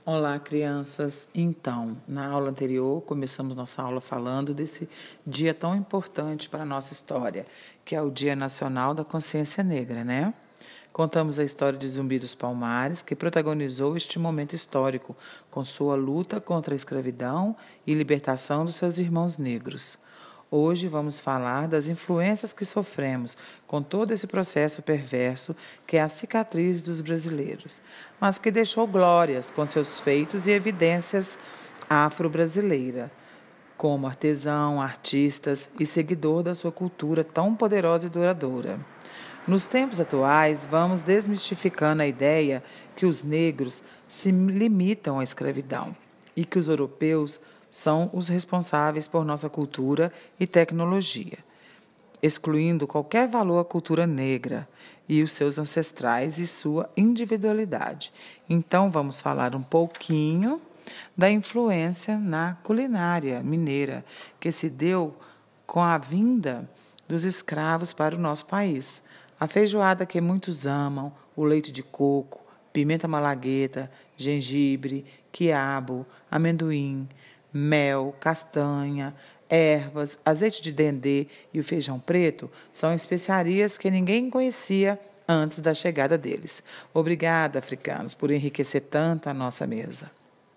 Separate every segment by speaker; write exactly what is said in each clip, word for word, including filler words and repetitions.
Speaker 1: Olá, crianças. Então, na aula anterior, começamos nossa aula falando desse dia tão importante para a nossa história, que é o Dia Nacional da Consciência Negra, né? Contamos a história de Zumbi dos Palmares, que protagonizou este momento histórico com sua luta contra a escravidão e libertação dos seus irmãos negros. Hoje vamos falar das influências que sofremos com todo esse processo perverso que é a cicatriz dos brasileiros, mas que deixou glórias com seus feitos e evidências afro-brasileira, como artesão, artistas e seguidor da sua cultura tão poderosa e duradoura. Nos tempos atuais, vamos desmistificando a ideia que os negros se limitam à escravidão e que os europeus são os responsáveis por nossa cultura e tecnologia, excluindo qualquer valor à cultura negra e os seus ancestrais e sua individualidade. Então, vamos falar um pouquinho da influência na culinária mineira que se deu com a vinda dos escravos para o nosso país. A feijoada que muitos amam, o leite de coco, pimenta malagueta, gengibre, quiabo, amendoim, mel, castanha, ervas, azeite de dendê e o feijão preto são especiarias que ninguém conhecia antes da chegada deles. Obrigada, africanos, por enriquecer tanto a nossa mesa.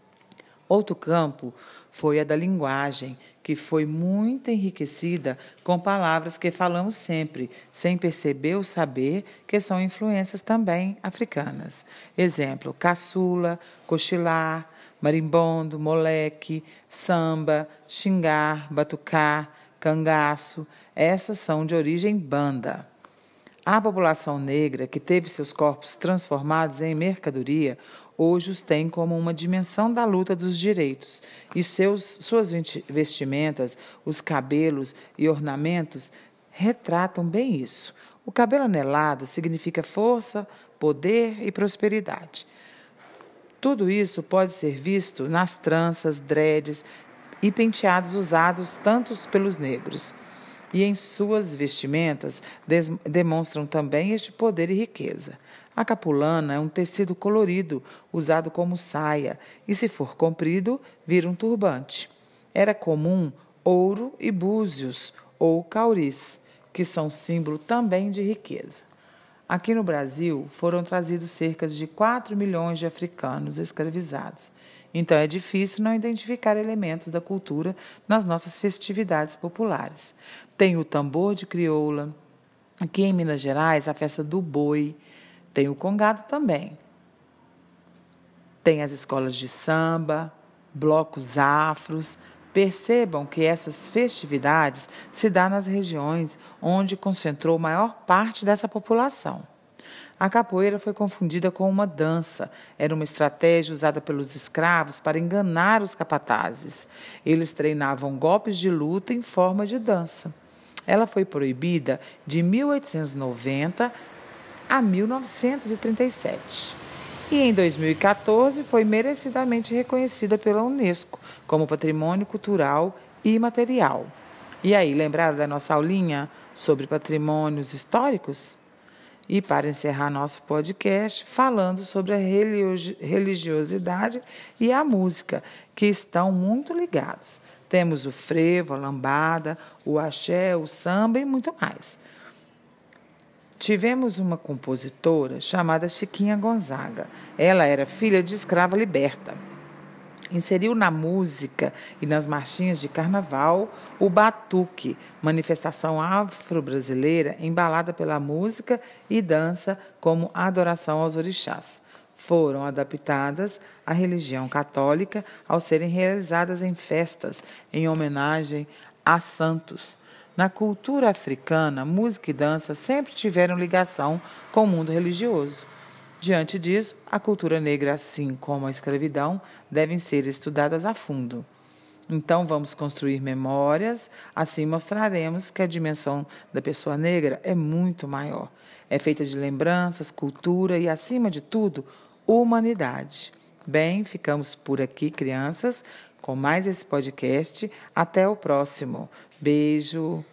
Speaker 1: Outro campo foi a da linguagem, que foi muito enriquecida com palavras que falamos sempre, sem perceber ou saber que são influências também africanas. Exemplo, caçula, cochilar, marimbondo, moleque, samba, xingar, batucar, cangaço. Essas são de origem banda. A população negra, que teve seus corpos transformados em mercadoria, hoje os tem como uma dimensão da luta dos direitos, e seus, suas vestimentas, os cabelos e ornamentos retratam bem isso. O cabelo anelado significa força, poder e prosperidade. Tudo isso pode ser visto nas tranças, dreads e penteados usados tanto pelos negros. E em suas vestimentas demonstram também este poder e riqueza. A capulana é um tecido colorido, usado como saia, e se for comprido, vira um turbante. Era comum ouro e búzios, ou cauris, que são símbolo também de riqueza. Aqui no Brasil, foram trazidos cerca de quatro milhões de africanos escravizados. Então, é difícil não identificar elementos da cultura nas nossas festividades populares. Tem o tambor de crioula, aqui em Minas Gerais, a festa do boi, tem o congado também. Tem as escolas de samba, blocos afros. Percebam que essas festividades se dão nas regiões onde concentrou a maior parte dessa população. A capoeira foi confundida com uma dança. Era uma estratégia usada pelos escravos para enganar os capatazes. Eles treinavam golpes de luta em forma de dança. Ela foi proibida de mil oitocentos e noventa a mil novecentos e trinta e sete. E em dois mil e quatorze foi merecidamente reconhecida pela Unesco como Patrimônio Cultural e Imaterial. E aí, lembraram da nossa aulinha sobre patrimônios históricos? E para encerrar nosso podcast, falando sobre a religiosidade e a música, que estão muito ligados. Temos o frevo, a lambada, o axé, o samba e muito mais. Tivemos uma compositora chamada Chiquinha Gonzaga. Ela era filha de escrava liberta. Inseriu na música e nas marchinhas de carnaval o batuque, manifestação afro-brasileira embalada pela música e dança como adoração aos orixás. Foram adaptadas à religião católica ao serem realizadas em festas em homenagem a santos. Na cultura africana, música e dança sempre tiveram ligação com o mundo religioso. Diante disso, a cultura negra, assim como a escravidão, devem ser estudadas a fundo. Então, vamos construir memórias, assim mostraremos que a dimensão da pessoa negra é muito maior. É feita de lembranças, cultura e, acima de tudo, humanidade. Bem, ficamos por aqui, crianças, com mais esse podcast. Até o próximo. Beijo.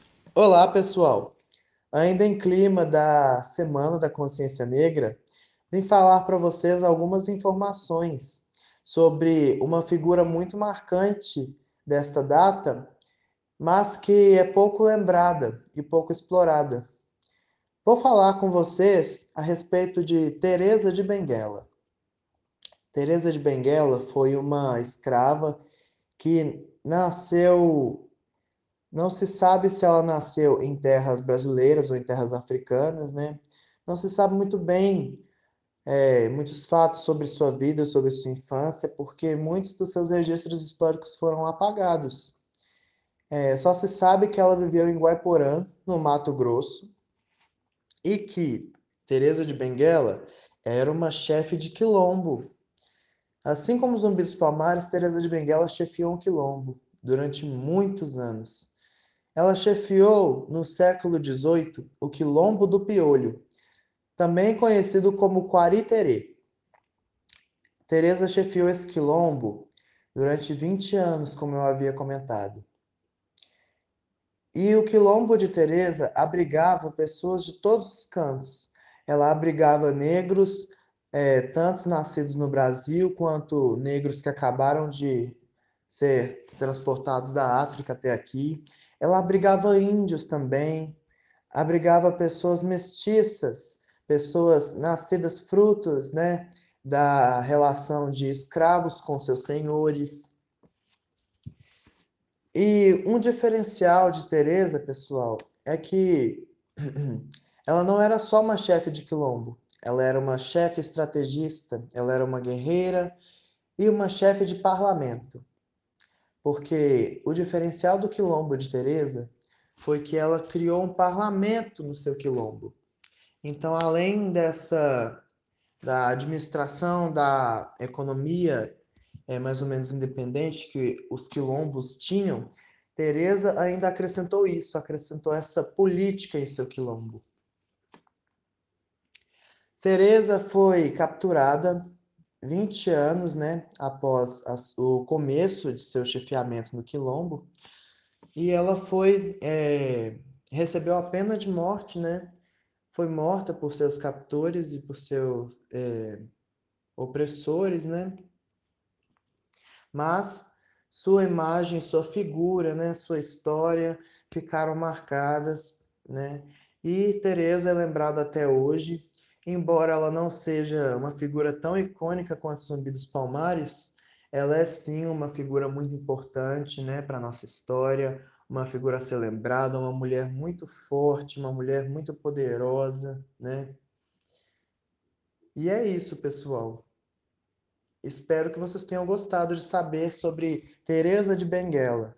Speaker 2: Olá, pessoal! Ainda em clima da Semana da Consciência Negra, vim falar para vocês algumas informações sobre uma figura muito marcante desta data, mas que é pouco lembrada e pouco explorada. Vou falar com vocês a respeito de Teresa de Benguela. Teresa de Benguela foi uma escrava que nasceu, não se sabe se ela nasceu em terras brasileiras ou em terras africanas, né? Não se sabe muito bem é, muitos fatos sobre sua vida, sobre sua infância, porque muitos dos seus registros históricos foram apagados. É, só se sabe que ela viveu em Guaiporã, no Mato Grosso, e que Teresa de Benguela era uma chefe de quilombo. Assim como Zumbi dos Palmares, Teresa de Benguela chefiou um quilombo durante muitos anos. Ela chefiou, no século dezoito, o Quilombo do Piolho, também conhecido como Quariterê. Teresa chefiou esse quilombo durante vinte anos, como eu havia comentado. E o quilombo de Teresa abrigava pessoas de todos os cantos. Ela abrigava negros, é, tanto nascidos no Brasil quanto negros que acabaram de ser transportados da África até aqui. Ela abrigava índios também, abrigava pessoas mestiças, pessoas nascidas frutos, né, da relação de escravos com seus senhores. E um diferencial de Teresa, pessoal, é que ela não era só uma chefe de quilombo, ela era uma chefe estrategista, ela era uma guerreira e uma chefe de parlamento. Porque o diferencial do quilombo de Teresa foi que ela criou um parlamento no seu quilombo. Então, além dessa da administração da economia é, mais ou menos independente que os quilombos tinham, Teresa ainda acrescentou isso, acrescentou essa política em seu quilombo. Teresa foi capturada vinte anos, né, após as, o começo de seu chefiamento no quilombo, e ela foi é, recebeu a pena de morte, né? Foi morta por seus captores e por seus é, opressores, né? Mas sua imagem, sua figura, né, sua história ficaram marcadas, né? E Teresa é lembrada até hoje, embora ela não seja uma figura tão icônica quanto Zumbi dos Palmares, ela é sim uma figura muito importante, né, para nossa história, uma figura a ser lembrada, uma mulher muito forte, uma mulher muito poderosa, né? E é isso, pessoal. Espero que vocês tenham gostado de saber sobre Teresa de Benguela.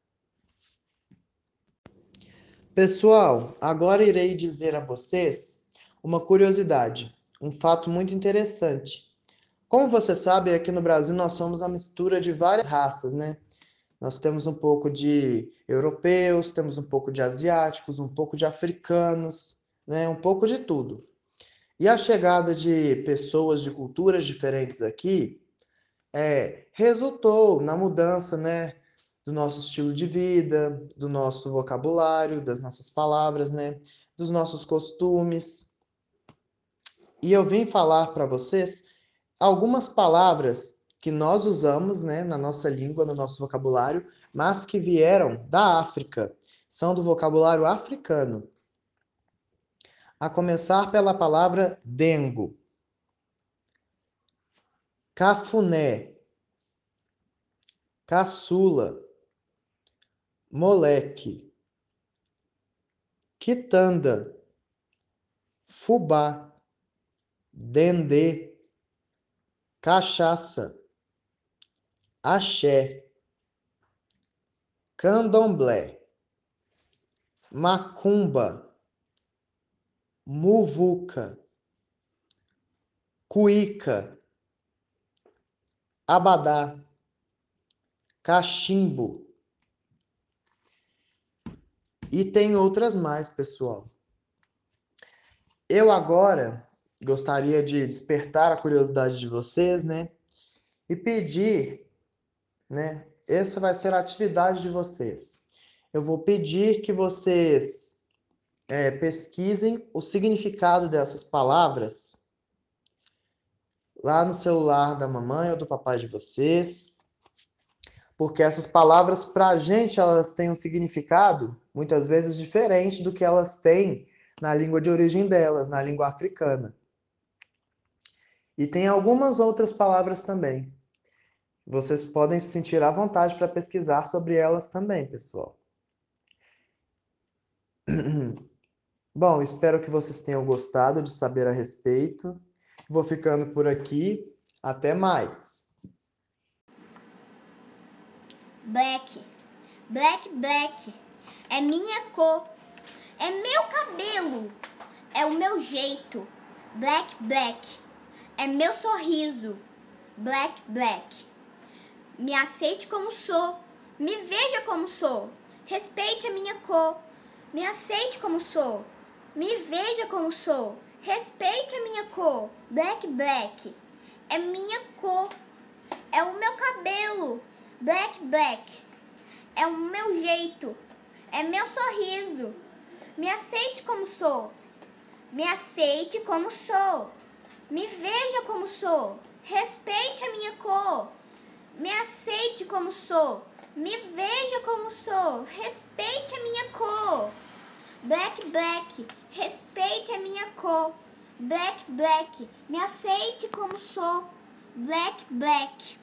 Speaker 2: Pessoal, agora irei dizer a vocês uma curiosidade, um fato muito interessante. Como você sabe, aqui no Brasil nós somos a mistura de várias raças, né? Nós temos um pouco de europeus, temos um pouco de asiáticos, um pouco de africanos, né? Um pouco de tudo. E a chegada de pessoas de culturas diferentes aqui é, resultou na mudança, né, do nosso estilo de vida, do nosso vocabulário, das nossas palavras, né, dos nossos costumes. E eu vim falar para vocês algumas palavras que nós usamos, né, na nossa língua, no nosso vocabulário, mas que vieram da África, são do vocabulário africano. A começar pela palavra dengo, cafuné, caçula, moleque, quitanda, fubá, dendê, cachaça, axé, candomblé, macumba, muvuca, cuíca, abadá, cachimbo e tem outras mais, pessoal. Eu agora gostaria de despertar a curiosidade de vocês, né? E pedir, né? Essa vai ser a atividade de vocês. Eu vou pedir que vocês é, pesquisem o significado dessas palavras lá no celular da mamãe ou do papai de vocês, porque essas palavras, para a gente, elas têm um significado, muitas vezes, diferente do que elas têm na língua de origem delas, na língua africana. E tem algumas outras palavras também. Vocês podem se sentir à vontade para pesquisar sobre elas também, pessoal. Bom, espero que vocês tenham gostado de saber a respeito. Vou ficando por aqui. Até mais.
Speaker 3: Black, black, black, é minha cor, é meu cabelo, é o meu jeito. Black, black, é meu sorriso. Black, black, me aceite como sou, me veja como sou, respeite a minha cor. Me aceite como sou, me veja como sou, respeite a minha cor. Black, black, é minha cor, é o meu cabelo. Black, black, é o meu jeito, é meu sorriso. Me aceite como sou, me aceite como sou, me veja como sou, respeite a minha cor. Me aceite como sou, me veja como sou, respeite a minha cor. Black, black, respeite a minha cor. Black, black, me aceite como sou. Black, black.